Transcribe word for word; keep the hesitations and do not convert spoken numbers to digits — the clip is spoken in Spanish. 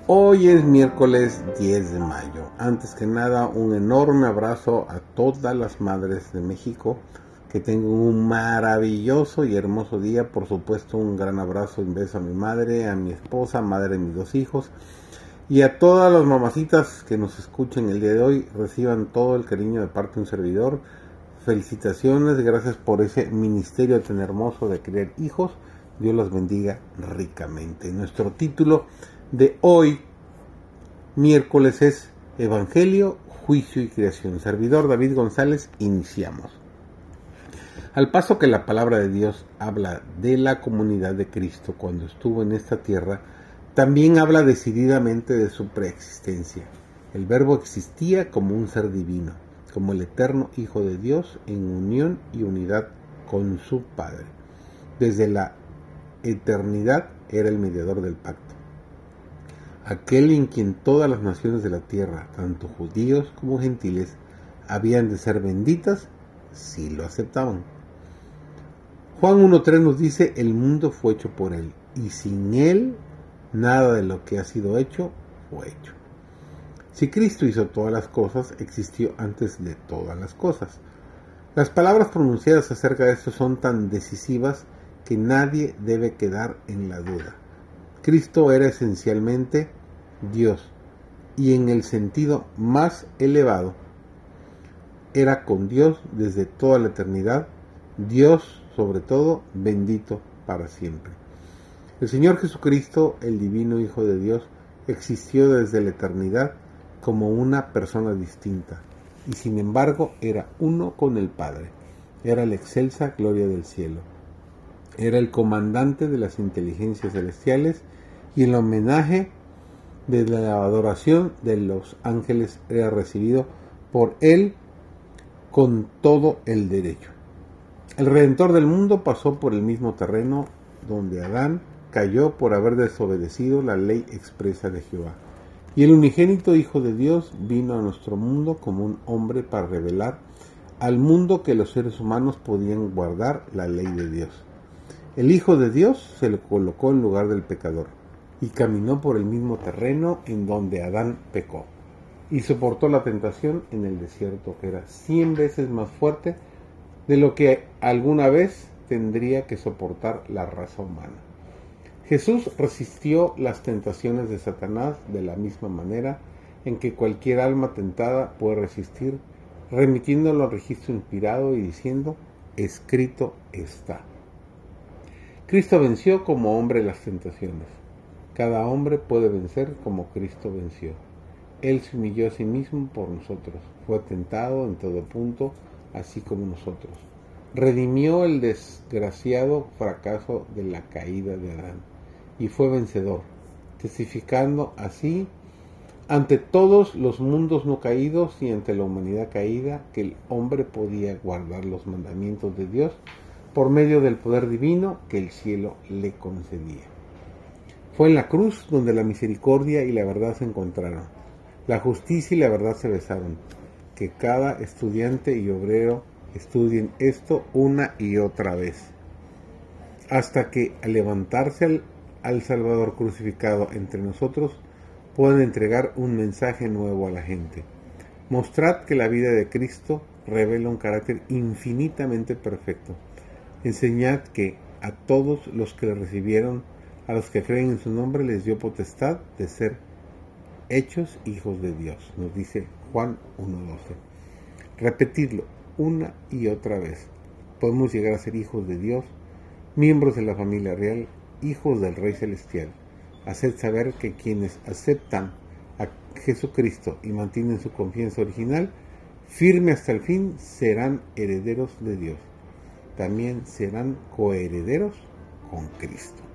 Hoy es miércoles diez de mayo. Antes que nada, un enorme abrazo a todas las madres de México. Que tengan un maravilloso y hermoso día. Por supuesto, un gran abrazo y un beso a mi madre, a mi esposa, madre de mis dos hijos. Y a todas las mamacitas que nos escuchen el día de hoy, reciban todo el cariño de parte de un servidor. Felicitaciones, gracias por ese ministerio tan hermoso de criar hijos. Dios los bendiga ricamente. Nuestro título de hoy, miércoles, es Evangelio, Juicio y Creación. Servidor David González, iniciamos. Al paso que la palabra de Dios habla de la comunidad de Cristo cuando estuvo en esta tierra, también habla decididamente de su preexistencia. El Verbo existía como un ser divino, como el eterno Hijo de Dios en unión y unidad con su Padre. Desde la eternidad era el mediador del pacto. Aquel en quien todas las naciones de la tierra, tanto judíos como gentiles, habían de ser benditas si lo aceptaban. Juan uno tres nos dice: el mundo fue hecho por él, y sin él nada de lo que ha sido hecho fue hecho. Si Cristo hizo todas las cosas, existió antes de todas las cosas. Las palabras pronunciadas acerca de esto son tan decisivas que nadie debe quedar en la duda. Cristo era esencialmente Dios, y en el sentido más elevado, era con Dios desde toda la eternidad, Dios sobre todo, bendito para siempre. El Señor Jesucristo, el divino Hijo de Dios, existió desde la eternidad como una persona distinta, y sin embargo era uno con el Padre. Era la excelsa gloria del cielo. Era el comandante de las inteligencias celestiales, y el homenaje de la adoración de los ángeles era recibido por él con todo el derecho. El Redentor del mundo pasó por el mismo terreno donde Adán cayó por haber desobedecido la ley expresa de Jehová. Y el unigénito Hijo de Dios vino a nuestro mundo como un hombre para revelar al mundo que los seres humanos podían guardar la ley de Dios. El Hijo de Dios se le colocó en lugar del pecador y caminó por el mismo terreno en donde Adán pecó. Y soportó la tentación en el desierto, que era cien veces más fuerte de lo que alguna vez tendría que soportar la raza humana. Jesús resistió las tentaciones de Satanás de la misma manera en que cualquier alma tentada puede resistir, remitiéndolo al registro inspirado y diciendo: escrito está. Cristo venció como hombre las tentaciones. Cada hombre puede vencer como Cristo venció. Él se humilló a sí mismo por nosotros, fue tentado en todo punto, así como nosotros. Redimió el desgraciado fracaso de la caída de Adán y fue vencedor, testificando así ante todos los mundos no caídos y ante la humanidad caída que el hombre podía guardar los mandamientos de Dios por medio del poder divino que el cielo le concedía. Fue en la cruz donde la misericordia y la verdad se encontraron. La justicia y la verdad se besaron. Que cada estudiante y obrero estudien esto una y otra vez, hasta que al levantarse al, al Salvador crucificado entre nosotros, puedan entregar un mensaje nuevo a la gente. Mostrad que la vida de Cristo revela un carácter infinitamente perfecto. Enseñad que a todos los que le recibieron, a los que creen en su nombre, les dio potestad de ser hechos hijos de Dios, nos dice Juan uno doce. Repetidlo una y otra vez. Podemos llegar a ser hijos de Dios, miembros de la familia real, hijos del Rey Celestial. Haced saber que quienes aceptan a Jesucristo y mantienen su confianza original firme hasta el fin serán herederos de Dios. También serán coherederos con Cristo.